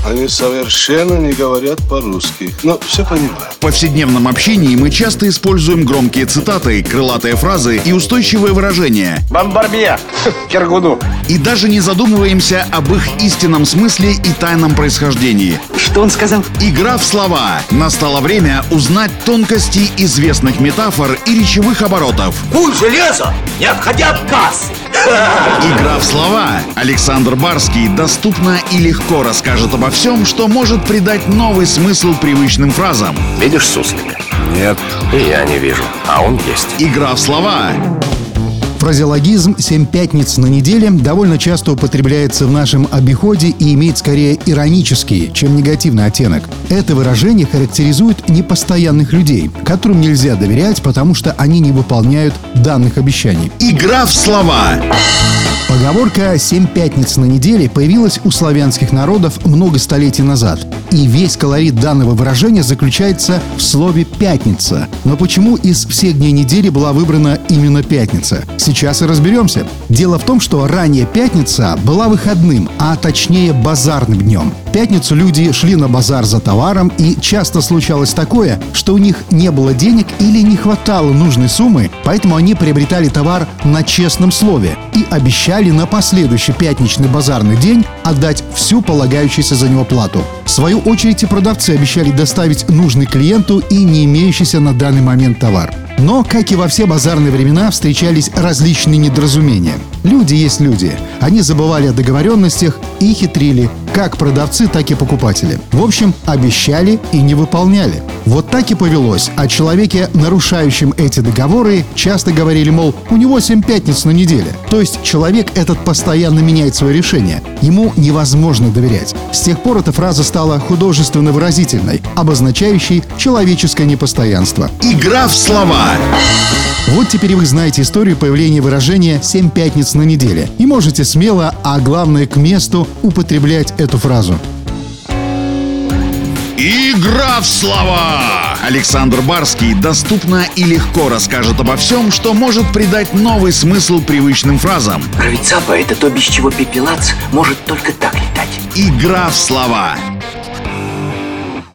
Они совершенно не говорят по-русски, но все понимаю. В повседневном общении мы часто используем громкие цитаты, крылатые фразы и устойчивые выражения. Бомбарбье! Киргуду! И даже не задумываемся об их истинном смысле и тайном происхождении. Что он сказал? Игра в слова. Настало время узнать тонкости известных метафор и речевых оборотов. Куй железо, не отходя от кассы. Игра в слова. Александр Барский доступно и легко расскажет обо всем, что может придать новый смысл привычным фразам. Видишь суслика? Нет. И я не вижу, а он есть. Игра в слова. Фразеологизм «7 пятниц на неделе» довольно часто употребляется в нашем обиходе и имеет скорее иронический, чем негативный оттенок. Это выражение характеризует непостоянных людей, которым нельзя доверять, потому что они не выполняют данных обещаний. Игра в слова. Поговорка «7 пятниц на неделе» появилась у славянских народов много столетий назад. И весь колорит данного выражения заключается в слове «пятница». Но почему из всех дней недели была выбрана именно пятница? Сейчас и разберемся. Дело в том, что ранее пятница была выходным, а точнее базарным днем. В пятницу люди шли на базар за товаром, и часто случалось такое, что у них не было денег или не хватало нужной суммы, поэтому они приобретали товар на честном слове и обещали на последующий пятничный базарный день отдать всю полагающуюся за него плату. В свою очередь и продавцы обещали доставить нужный клиенту и не имеющийся на данный момент товар. Но, как и во все базарные времена, встречались различные недоразумения. Люди есть люди. Они забывали о договоренностях и хитрили, как продавцы, так и покупатели. В общем, обещали и не выполняли. Вот так и повелось. О человеке, нарушающем эти договоры, часто говорили, мол, у него 7 пятниц на неделе. То есть человек этот постоянно меняет свое решение. Ему невозможно доверять. С тех пор эта фраза стала художественно выразительной, обозначающей человеческое непостоянство. Игра в слова. Вот теперь вы знаете историю появления выражения «7 пятниц на неделе» и можете смело, а главное к месту, употреблять эту фразу. Игра в слова. Александр Барский доступно и легко расскажет обо всем, что может придать новый смысл привычным фразам. Рыцапа — это то, без чего пепелац может только так летать. Игра в слова.